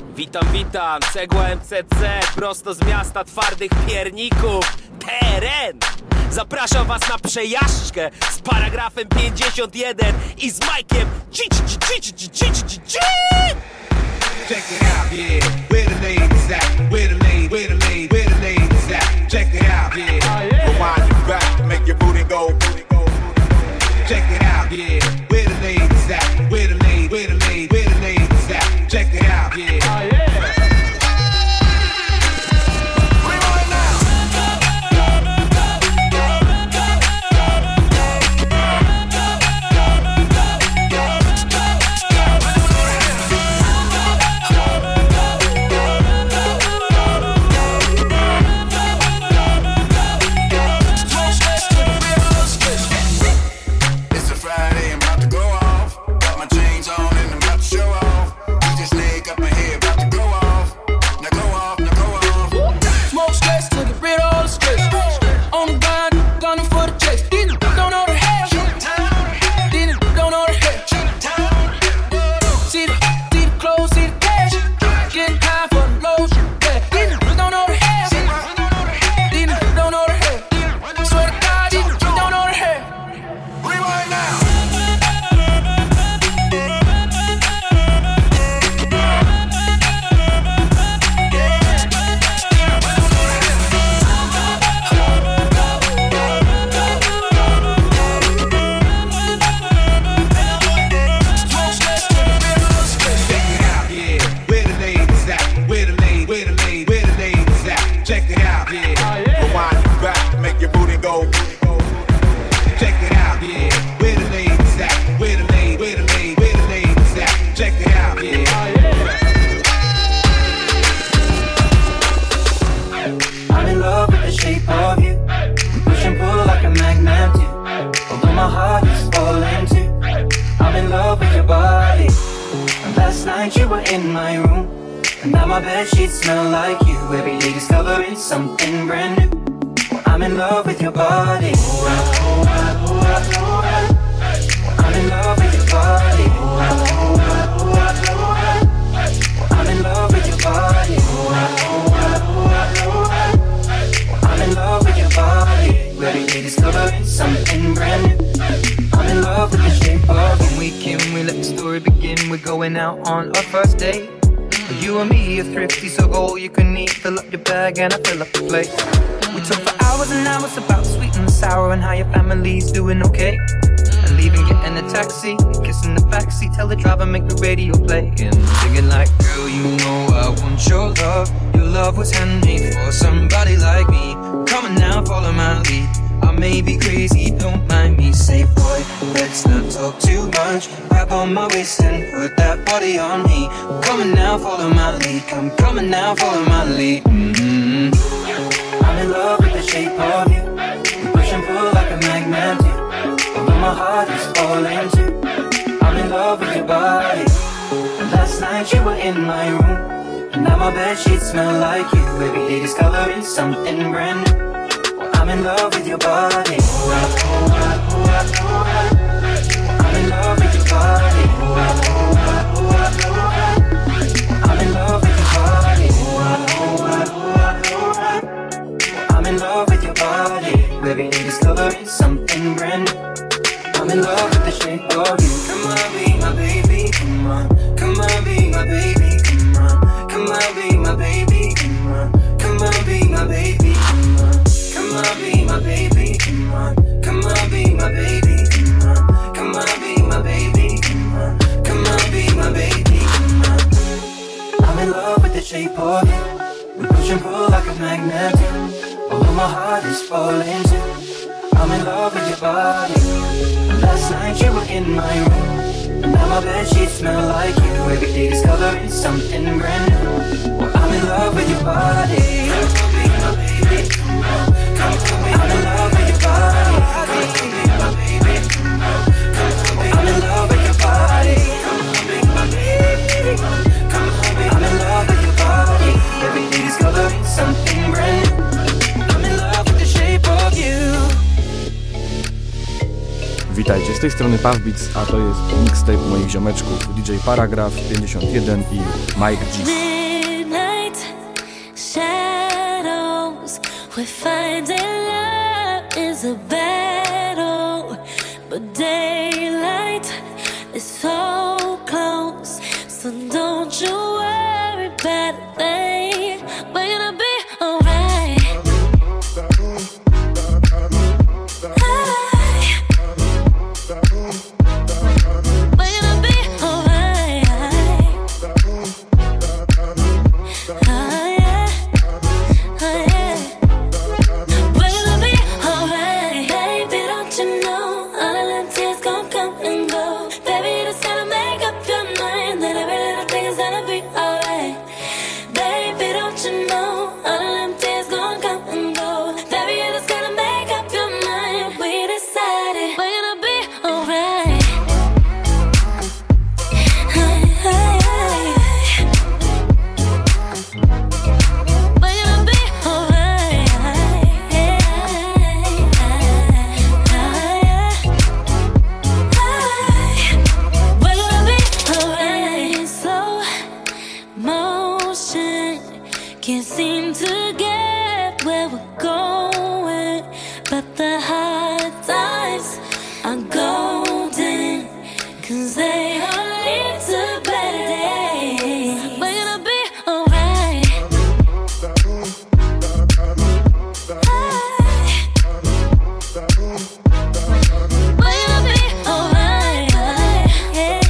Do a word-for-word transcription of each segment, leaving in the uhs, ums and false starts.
Witam, witam, cegła M C C, prosto z miasta twardych pierników, teren. Zapraszam was na przejażdżkę z paragrafem pięćdziesiąt jeden i z Majkiem. Check it out, yeah. Where the ladies at? Where the ladies, where the ladies, where the ladies at? Check it out, yeah. Rewind your back, make your booty go, booty go. Check it out, yeah. Where the ladies at? Where the ladies, where the ladies, where the ladies at? Check it out, yeah. You were in my room, and now my bedsheets smell like you. Every day discovering something brand new. I'm in love with your body. I'm in love with your body. I'm in love with your body. I'm in love with your body. Every day discovering something brand new. I'm in love with the shape of when we can, we let the story begin. We're going out on our first date. You and me are thrifty, so go all you can eat. Fill up your bag and I fill up the plate. We talk for hours and hours about sweet and sour and how your family's doing okay. And leaving, getting a taxi, kissing the backseat, tell the driver make the radio play. And singing like, girl, you know I want your love. Your love was handmade for somebody like me. Come on now, follow my lead. I may be crazy, don't mind me. Say, boy, let's not talk too much. Grab on my waist and put that body on me. Come on now, follow my lead. Come, come on now, follow my lead. Mm-hmm. I'm in love with the shape of you. We push and pull like a magnet do. Although my heart is falling too. I'm in love with your body. And last night you were in my room, and now my bedsheets smell like you. Every day discovering something brand new. I'm in love with your body. I'm in love with your body. I'm in love with your body. I'm in love with your body. Every day discovering something brand new. I'm in love with the shape of you. Come on, be my baby. Come on. Come on, be my baby. Come on. Come on, be my baby. Come on. Come on, be my baby. Come on. Come on, be my baby, come on. Come on, be my baby, come on. Come on, be my baby, come on. Come on, be my baby, come on. I'm in love with the shape of you. We push and pull like a magnet do. Although my heart is falling too. I'm in love with your body. Last night you were in my room, and now my bedsheets smell like you. Every day discovering something brand new. Well, I'm in love with your body. Come on, be my baby, come on. I'm in love with your body. I'm in love with your body. I'm in love with your body. Every day discovering something brand new. I'm in love with the shape of you. Witajcie, z tej strony Puff Beats, a to jest mixtape moich ziomeczków D J Paragraf pięćdziesiąt jeden i Mike G. We're finding love is a battle, but daylight is so close. So don't you worry about a thing. We're gonna be alright. We're gonna be alright. Oh yeah, oh yeah. We're gonna be alright. Baby, don't you know all of them tears gon' come and go. Baby, you just gotta make up your mind that every little thing is gonna be alright. Baby, don't you know all of them tears gon' come and go. Baby, you just gotta make up your mind. We decided we're gonna be alright. We're gonna be alright. We're gonna be alright. Slow motion, can't seem to get where we're going, but the hard times are golden, 'cause they all lead to better days. We're gonna be alright. We're gonna be alright. Yeah.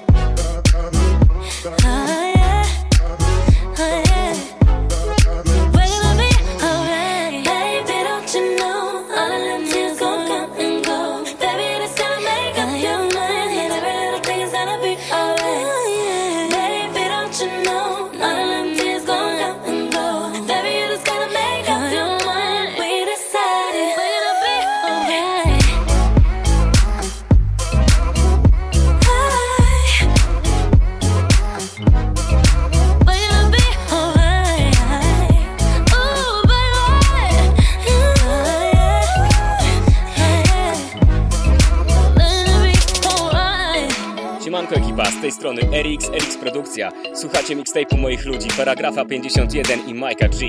Oh yeah. Oh yeah. We're gonna be alright. Baby, don't you know all of them tears gon' come and go. Baby, you just gotta make up your mind that every little thing is gonna be alright. Baby, don't you know all of them tears gon' come and go. Baby, you just gotta make up your mind. We decided we're gonna be alright. We're gonna be alright. Ooh, baby. Yeah, yeah. We're gonna be alright. Siemanko ekipa, z tej strony Erix, Erix Produkcja. Słuchacie mixtape'u moich ludzi, Paragrafa pięćdziesiąt jeden i Majka G.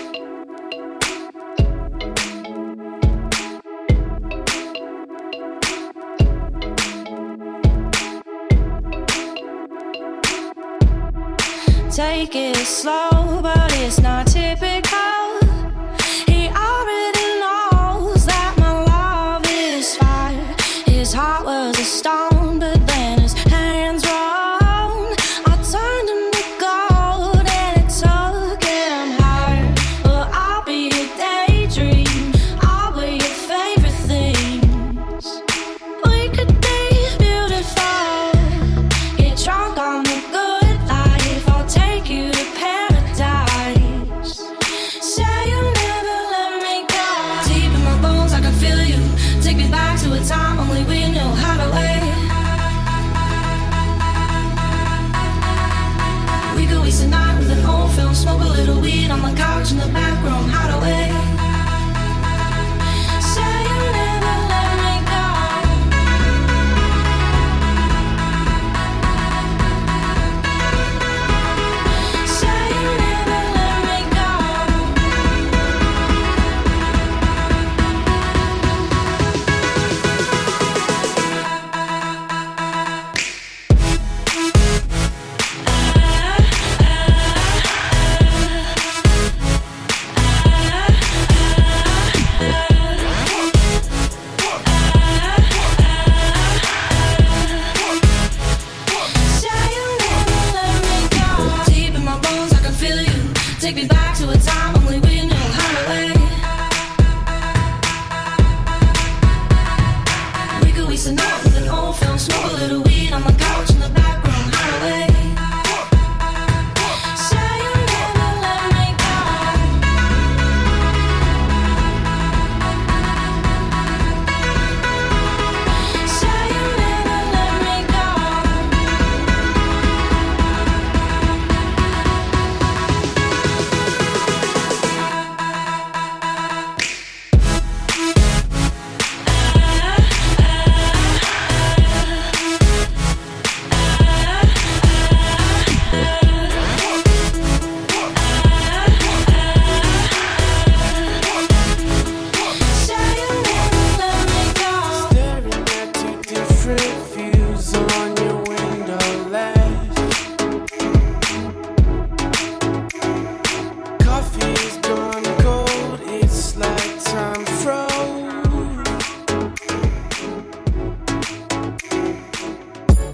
Take it slow, but it's not typical. He already knows that my love is fire. His heart was a stone, but then his hands were on. I turned him to gold and it took him higher. Well, I'll be your daydream, I'll be your favorite things. We could be beautiful, get drunk on the good life. I'll take you to paradise. Say you'll never let me go. Deep in my bones, I can feel you. Take me back to a time only we knew how to wait. We could waste a night with an old film, smoke a little weed on the couch in the back room, how to wait. Say you'll never let me go. Say you'll never let me go. Say you'll never let me go. Deep in my bones, I can feel you. Take me back to a time only we knew how to wait. We could waste a night with an old film, smoke a little weed on the couch in the back room, how to wait. Say you'll never let me go. Say you'll never let me go.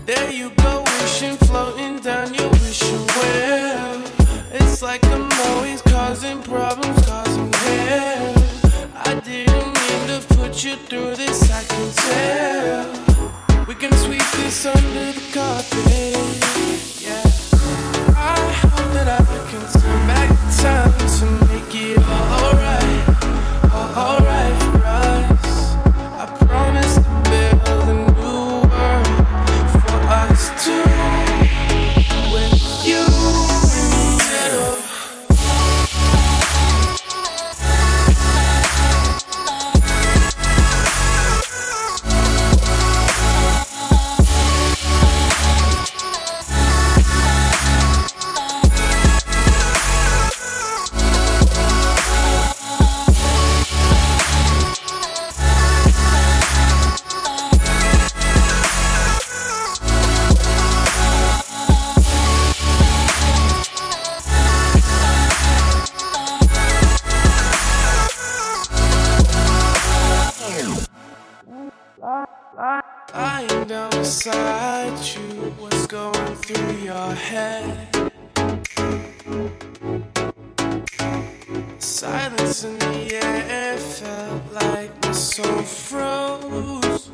There you go, wishing, floating down your wishing well. It's like I'm always causing problems, causing hell. I didn't mean to put you through this, I can tell. We can sweep this under the carpet, yeah. I hope that I can turn back time to make it all alright, all alright for us. I promise to build a new world for us two, with you in the middle. Lying down beside you, what's going through your head? Silence in the air felt like my soul froze.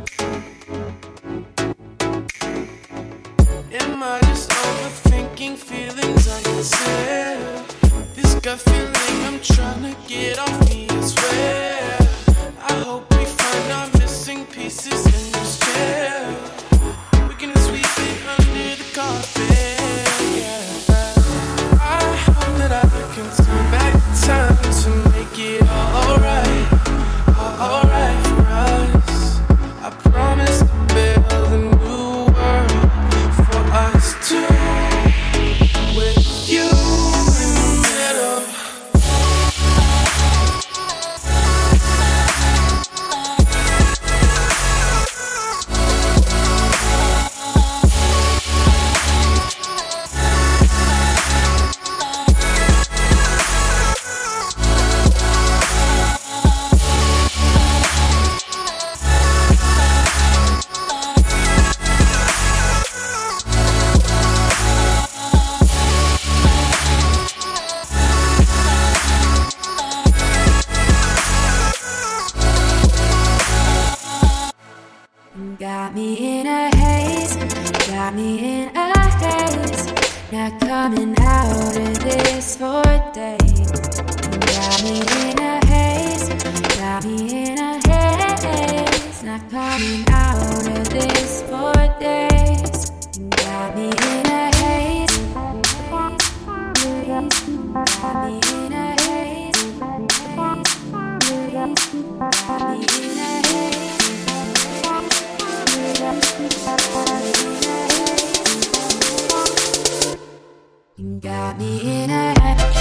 Am I just overthinking feelings I can say? This gut feeling I'm trying to get off me, I swear. I hope we find our missing pieces in this chair. We can sweep it under the carpet, yeah. I hope that I can turn back time to make it all alright, all alright for us. I promise to build a new world for us two, with you in the middle. Got me in a haze, got me in a haze. Not coming out of this for days. Got me in a haze, got me in a haze. Not coming out of this for days. Got me in a haze, got me in a haze, got me in a haze. You got me in a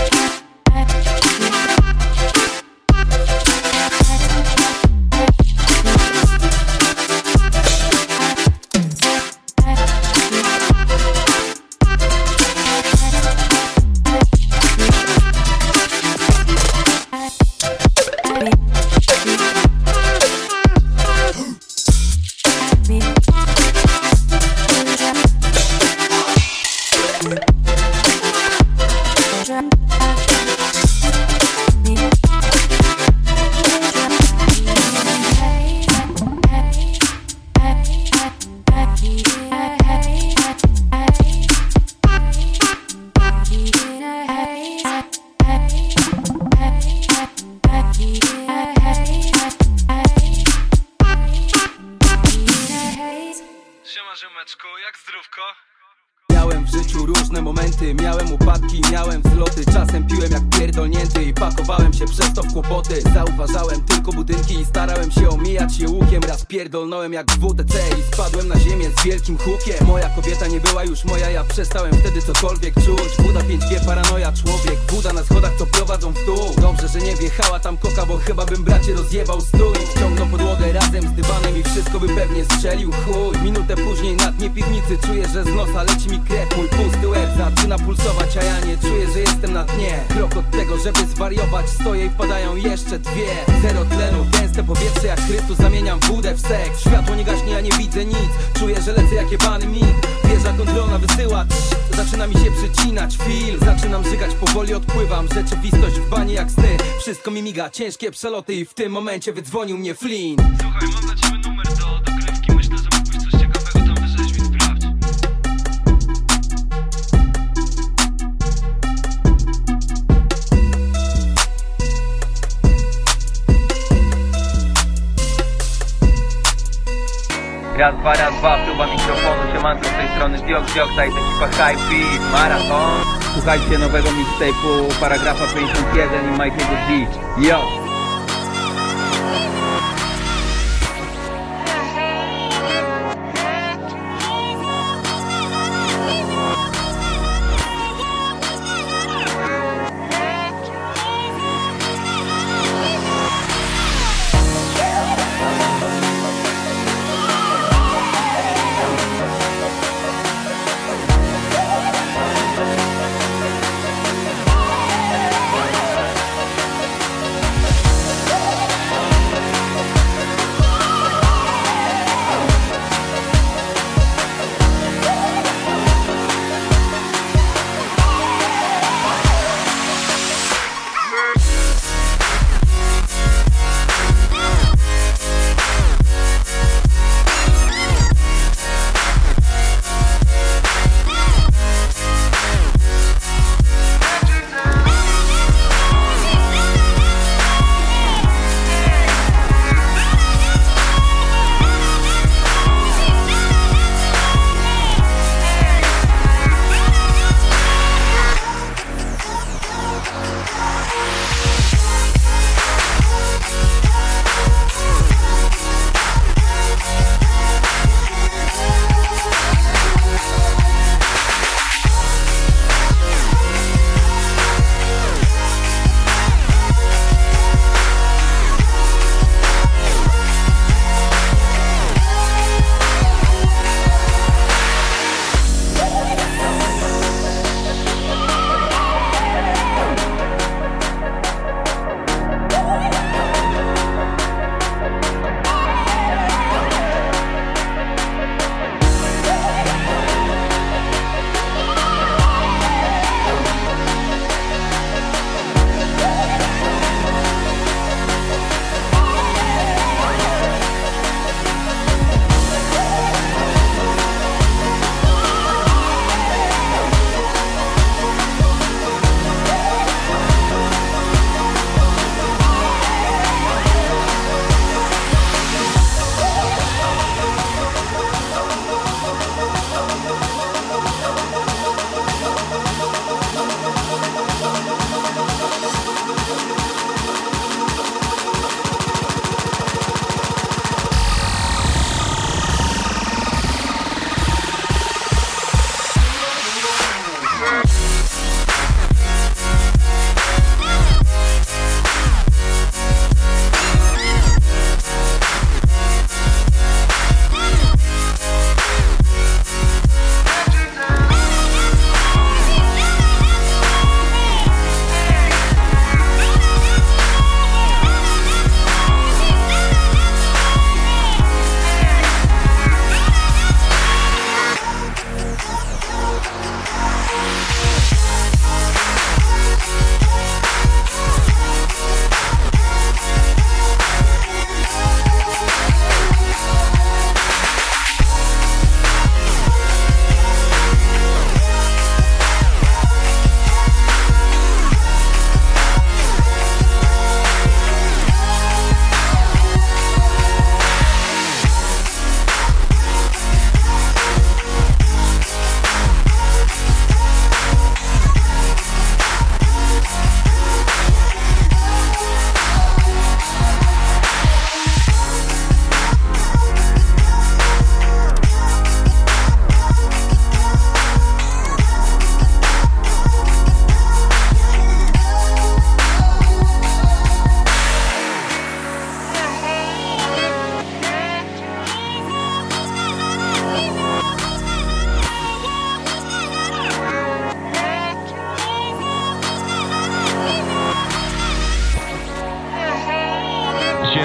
Miałem w życiu różne momenty, miałem upadki, miałem wzloty. Czasem piłem jak pierdolnięty i pakowałem się przez to w kłopoty. Zauważałem tylko budynki i starałem się omijać je łukiem. Raz pierdolnąłem jak w W T C i spadłem na ziemię z wielkim hukiem. Moja kobieta nie była już moja, ja przestałem wtedy cokolwiek czuć. Woda pięć G, paranoja, człowiek, woda na schodach co prowadzą w dół. Dobrze, że nie wjechała tam koka, bo chyba bym bracie rozjebał stół. Wciągnął podłogę razem z dywanem i wszystko by pewnie strzelił chuj. Minutę później na dnie piwnicy czuję, że z nosa leci mi krew Mój pusty łeb zaczyna pulsować, a ja nie czuję, że jestem na dnie. Krok od tego, żeby zwariować, stoję i wpadają jeszcze dwie. Zero tlenu, gęste powietrze jak Chrystus, zamieniam wódę w seks. Światło nie gaśnie, ja nie widzę nic, czuję, że lecę jak jebany mig. Wieża kontrolna wysyła, trz, zaczyna mi się przycinać film. Zaczynam żygać, powoli odpływam, rzeczywistość w bani jak sny. Wszystko mi miga, ciężkie przeloty i w tym momencie wydzwonił mnie Flynn. Słuchaj, mam dla ciebie numer do dogrywki, myślę, że mógłbyś coś ciekawego tam wyrzeźbić, sprawdź. Raz, dwa, raz, dwa, próba mikrofonu, siemanko z tej strony Diok, Diok, ta jest ekipa High Beat, Marathon. Słuchajcie nowego mixtape'u Paragrafa pięćdziesiąt jeden i Mike'ego G. Yo!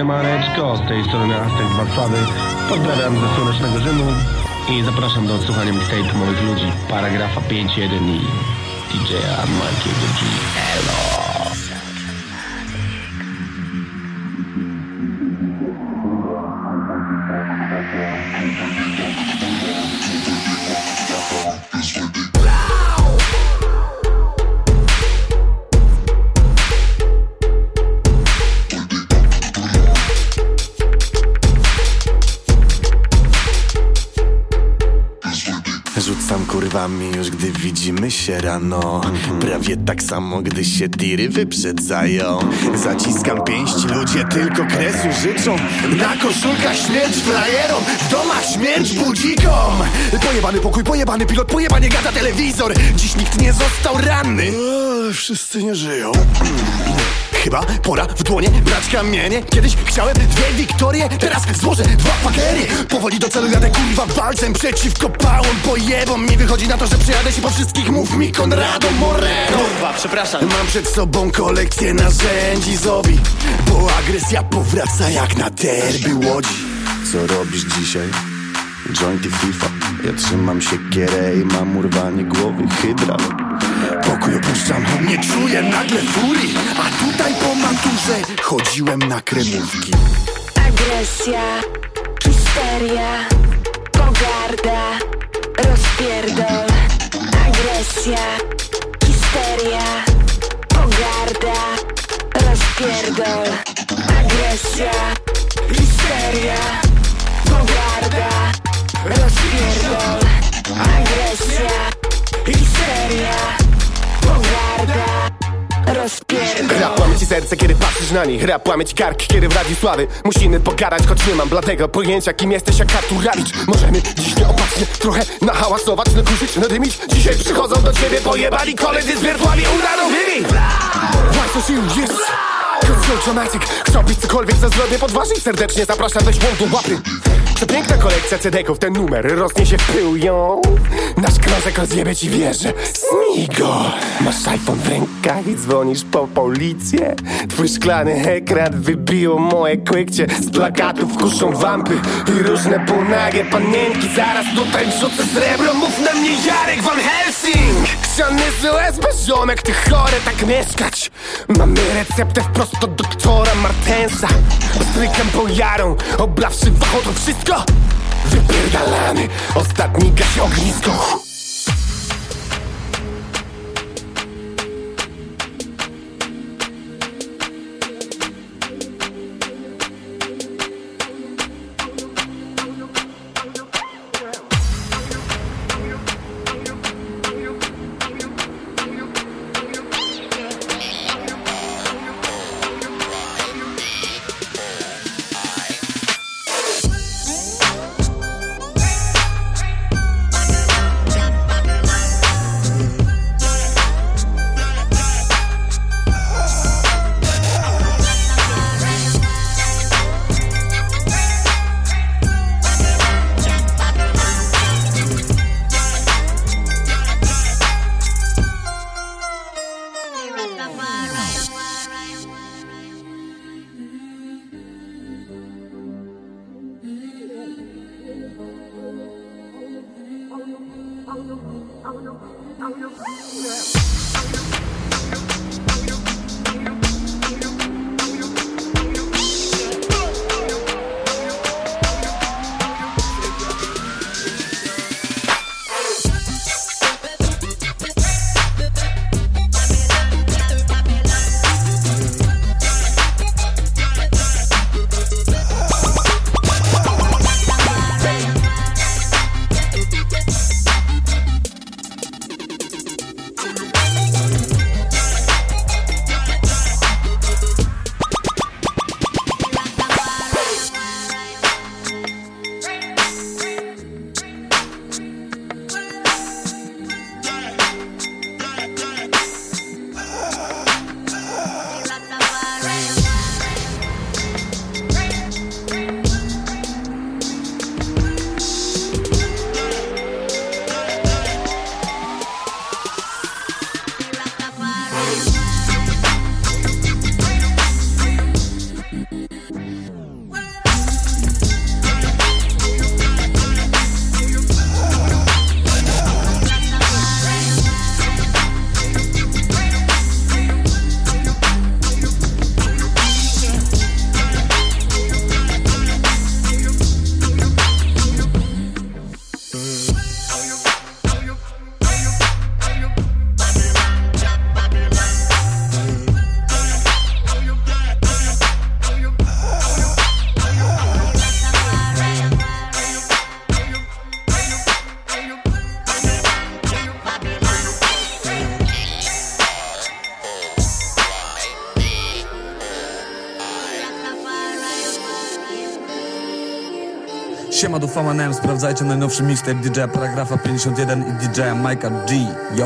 Siemaneczko, z tej strony Aztek Warszawy. Pozdrawiam ze słonecznego Rzymu i zapraszam do odsłuchania mixtape moich ludzi Paragrafa pięć jeden i D J-a Majkiego G. Elo! Rzucam kurwami już gdy widzimy się rano. Prawie tak samo gdy się tiry wyprzedzają. Zaciskam pięści, ludzie tylko kresu życzą. Na koszulkach śmierć frajerom, w domach śmierć budzikom. Pojebany pokój, pojebany pilot, pojebanie gada telewizor. Dziś nikt nie został ranny, ale wszyscy nie żyją. Chyba pora w dłonie brać kamienie. Kiedyś chciałem dwie Wiktorie, teraz złożę dwa pakery. Powoli do celu jadę kurwa walcem przeciwko pałom pojebom. Mi wychodzi na to, że przejadę się po wszystkich. Mów mi Konrado Moreno. Kurwa, przepraszam. Mam przed sobą kolekcję narzędzi zombie, bo agresja powraca jak na derby Łodzi. Co robisz dzisiaj? Jointy FIFA. Ja trzymam siekierę i mam urwanie głowy hydra. Pokój opuszczam, nie czuję nagle furii. A tutaj po maturze chodziłem na kremówki. Agresja, histeria, pogarda, rozpierdol. Agresja, histeria, pogarda, rozpierdol. Agresja, histeria, pogarda, rozpierdol. Agresja, histeria, pogarda, rozpierdol. Rap łamie ci serce, kiedy patrzysz na nich. Rap łamie ci kark, kiedy w radiu sławy musimy pogadać, choć nie mam bladego pojęcia, kim jesteś jak Arturowicz. Możemy dziś nieopatrznie trochę nahałasować, nakurzyć, nadymić. Dzisiaj przychodzą do ciebie pojebali koledzy z wirtualnie udarowymi. Właśnie się jest Traumatic. Chciałbyś cokolwiek za zdrowie podważyć? Serdecznie zapraszam, weź łom do łapy. Przepiękna kolekcja C D-ków, ten numer rośnie się w pył, ją. Nasz krążek rozjebie ci wieżę. Smigo! Masz iPhone w rękach i dzwonisz po policję. Twój szklany ekran wybiło moje kwykcie. Z plakatów kuszą wampy i różne półnagie panienki. Zaraz tutaj wrzucę srebro, mów na mnie Jarek Van Helsing. Chciany z U S B, ziomek, ty chory tak mieszkać. Mamy receptę wprost od doktora Martensa. Ostrykiem pojarą, oblawszy wachą to wszystko. Wypierdalany, ostatni gasi ognisko. Siema, do Famanem, sprawdzajcie najnowszy mixtape D J Paragrafa pięćdziesiąt jeden i D J Mike'a G. Yo!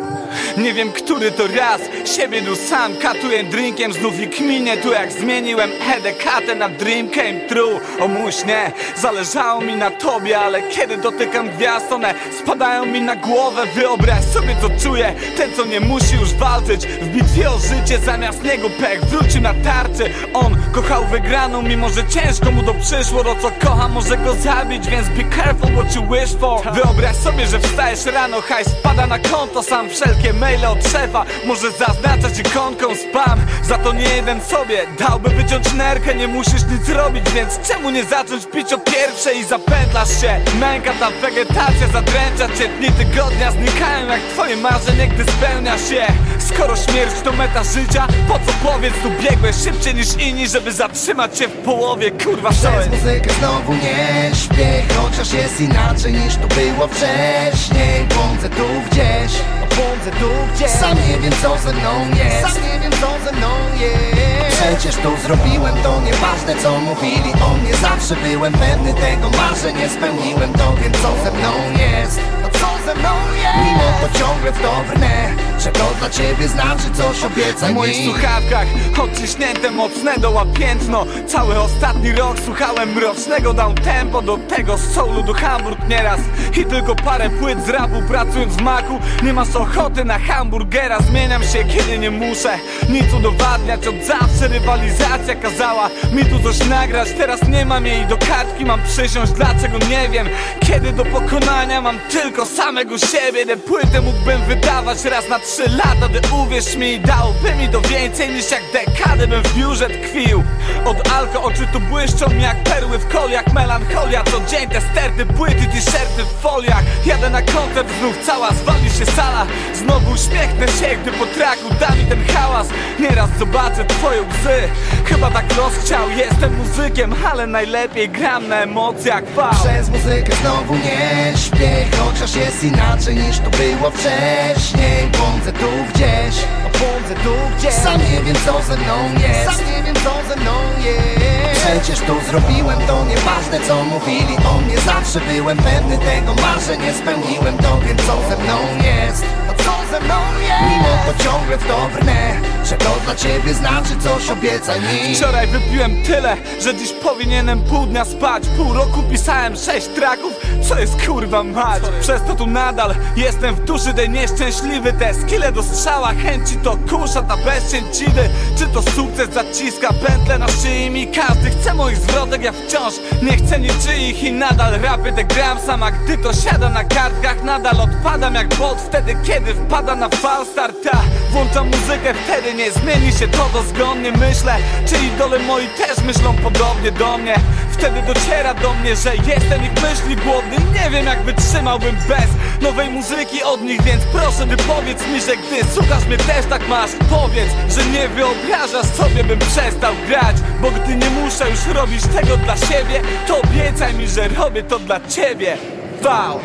Nie wiem, który to raz, siebie tu sam katuję drinkiem, znów i kminię tu jak zmieniłem E D K T na Dream Came True. O mój śnie, zależało mi na tobie, ale kiedy dotykam gwiazd, one spadają mi na głowę. Wyobraź sobie, co czuję, ten co nie musi już walczyć w bitwie o życie, zamiast niego pech wrócił na tarczy. On kochał wygraną, mimo że ciężko mu to przyszło. To co kocha może go zabić, więc be careful what you wish for. Wyobraź sobie, że wstajesz rano, hajs spada na konto, sam wszelkie maile od szefa może zaznaczać ikonką spam. Za to nie jeden sobie dałby wyciąć nerkę, nie musisz nic robić, więc czemu nie zacząć pić o pierwszej i zapętlasz się. Męka ta wegetacja zadręcza cię, dni tygodnia znikają jak twoje marzenie, gdy spełnia się. Skoro śmierć to meta życia, po co powiedz tu biegłeś szybciej niż inni, żeby zatrzymać się w połowie, kurwa to jest. Przez muzykę znowu nie śpię, chociaż jest inaczej niż to było wcześniej. Błądzę tu gdzieś, błądzę tu gdzieś. Sam nie wiem co ze mną jest, sam nie wiem co ze mną jest. Przecież to zrobiłem, to nieważne co mówili o mnie. Zawsze byłem pewny tego, marzenie spełniłem to, wiem co ze mną jest. No co ze mną jest? Mimo to ciągle w to brnę, że to dla ciebie znaczy coś, obiecaj mi. W moich słuchawkach odciśnięte mocne dołapiętno. Cały ostatni rok słuchałem mrocznego down tempo. Do tego z soulu do Hamburg nieraz i tylko parę płyt z rapu. Pracując w maku nie masz ochoty na hamburgera. Zmieniam się kiedy nie muszę nic udowadniać. Od zawsze rywalizacja kazała mi tu coś nagrać. Teraz nie mam jej do kartki, mam przysiąść, dlaczego nie wiem. Kiedy do pokonania mam tylko samego siebie. Tę płytę mógłbym wydawać raz na trzy lata, gdy uwierz mi, dałoby mi to więcej niż jak dekadę bym w biurze tkwił. Od alko oczy tu błyszczą jak perły w koliach. Melancholia, co dzień te sterty, płyty, t-shirty w foliach. Jadę na koncert, znów cała zwali się sala. Znowu uśmiechnę się, gdy po traku da mi ten hałas. Nieraz zobaczę twoje łzy, chyba tak los chciał. Jestem muzykiem, ale najlepiej gram na emocjach. Wow. Przez muzykę znowu nie śpię, chociaż jest inaczej niż to było wcześniej. Błądzę tu gdzieś, błądzę tu gdzieś. Sam nie wiem co ze mną jest, sam nie wiem co ze mną jest. Przecież to zrobiłem, to nieważne co mówili o mnie. Zawsze byłem pewny tego, marzenie spełniłem to, wiem co ze mną jest. No co ze mną jest? Mimo to ciągle w to brnę, że to dla ciebie znaczy coś, obiecaj mi. Wczoraj wypiłem tyle, że dziś powinienem pół dnia spać. Pół roku pisałem sześć traków, co jest kurwa mać. Przez to tu nadal jestem w duszy tej nieszczęśliwy. Te skille do strzała, chęci to kusza, ta bezcięciwy. Czy to sukces zaciska pętlę na szyi mi. Każdy chce moich zwrotek, ja wciąż nie chcę niczyich. I nadal rapy te gram sam, a gdy to siada na kartkach, nadal odpadam jak bot wtedy, kiedy wpada na falstarta. Włączam muzykę, wtedy nie zmieni się to dozgonnie. Myślę, czy idole moi też myślą podobnie do mnie. Wtedy dociera do mnie, że jestem ich myśli głodny. Nie wiem jak wytrzymałbym bez nowej muzyki od nich. Więc proszę ty powiedz mi, że gdy słuchasz mnie też tak masz. Powiedz, że nie wyobrażasz sobie bym przestał grać. Bo gdy nie muszę już robić tego dla siebie, to obiecaj mi, że robię to dla ciebie. Wow.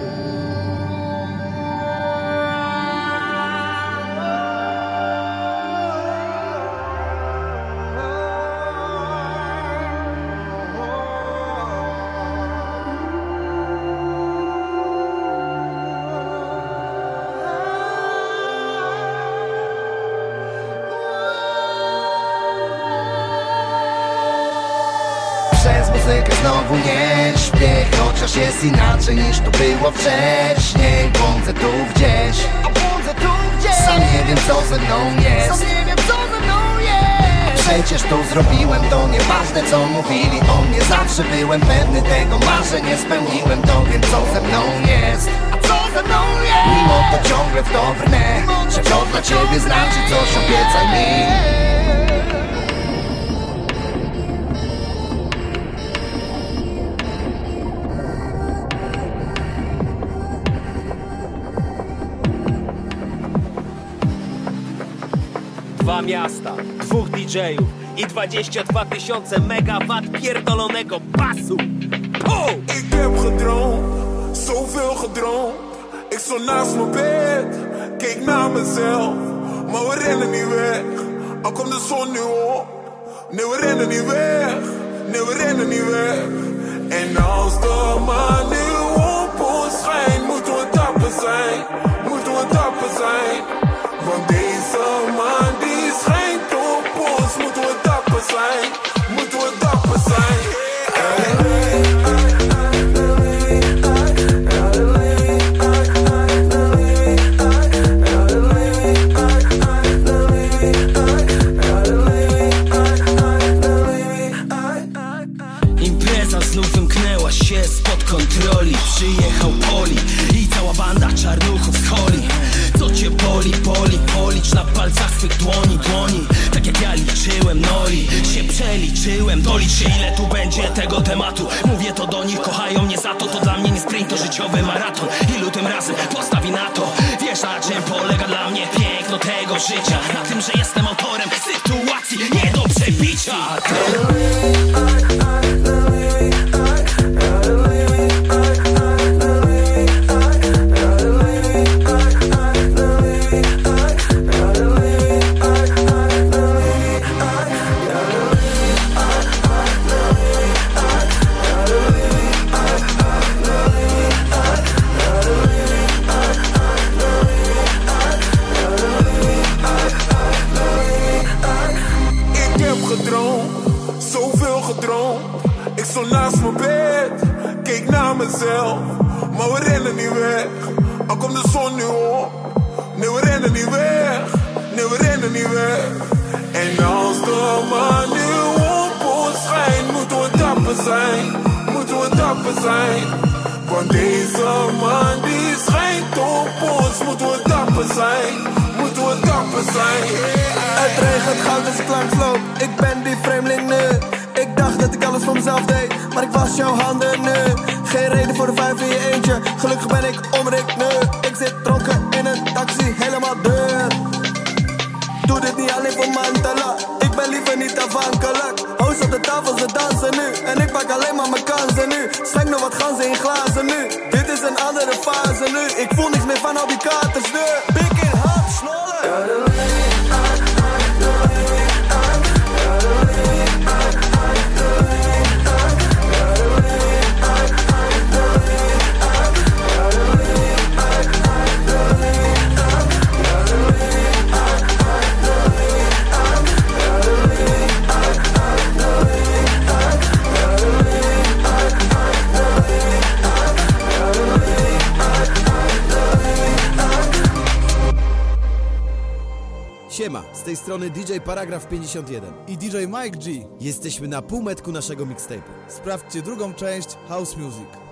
Przez muzykę znowu nie śpię, chociaż jest inaczej niż to było wcześniej. Błądzę tu gdzieś, a błądzę tu gdzieś. Sam nie wiem co ze mną jest, sam nie wiem co ze mną jest. Przecież to zrobiłem, to nieważne co mówili o mnie. Zawsze byłem pewny tego, marzenie spełniłem to, wiem co ze mną jest. A co ze mną jest? Mimo to ciągle w to brnę, że to dla ciebie znaczy coś, obiecaj mi. Dwa miasta, dwóch didżejów i dwadzieścia dwa tysiące megawat pierdolonego basu. Pow! Ik heb gedroomd, zoveel gedroomd. Ik stond naast mijn bed, keek naar mezelf. Maar we rennen niet weg, al komt de zon nu op. Nee, we rennen niet weg, nee, we rennen niet weg. En als de maan nu op ons schijnt, moeten we dapper zijn, moeten we dapper zijn. Want deze maan die schijnt op ons, moeten we dapper zijn, moeten we dapper zijn. Impreza znów wymknęła się spod kontroli. Przyjechał Poli i cała banda czarnuchów z holi. Co cię boli, boli, policz na palcach swych dłoni, dłoni. Tak jak ja liczyłem, no i się przeliczyłem. Dolicz się, ile tu będzie tego tematu. Mówię to do nich, kochają mnie za to. To dla mnie nie sprint, to życiowy maraton. Ilu tym razem postawi na to. Wiesz, na czym polega dla mnie piękno tego życia? Na tym, że jestem autorem sytuacji nie do przebicia. Zoveel gedroomd, ik stond naast mijn bed, keek naar mezelf, maar we rennen niet weg. Al komt de zon nu op, nee we rennen niet weg, nee we rennen niet weg. En als de maan nu op ons schijnt, moeten we dapper zijn, moeten we dapper zijn. Want deze maan die schijnt op ons, moeten we dapper zijn, moeten we dapper zijn. Het regent goud als ik langs loop, ik ben die vreemdeling nu. Ik dacht dat ik alles voor mezelf deed, maar ik was jouw handen nu. Geen reden voor de vijf in je eentje, gelukkig ben ik omrikt nu. Ik zit dronken in een taxi, helemaal deur. Doe dit niet alleen voor mantelen, ik ben liever niet afhankelijk. Hoos op de tafel, ze dansen nu, en ik pak alleen maar mijn kansen nu. Schenk nog wat ganzen in glazen nu, dit is een andere fase nu. Ik voel niks meer van al die katers nu. Big in hand, snollen. Siema, z tej strony D J Paragraf pięćdziesiąt jeden i D J Mike G. Jesteśmy na półmetku naszego mixtape'u. Sprawdźcie drugą część House Music.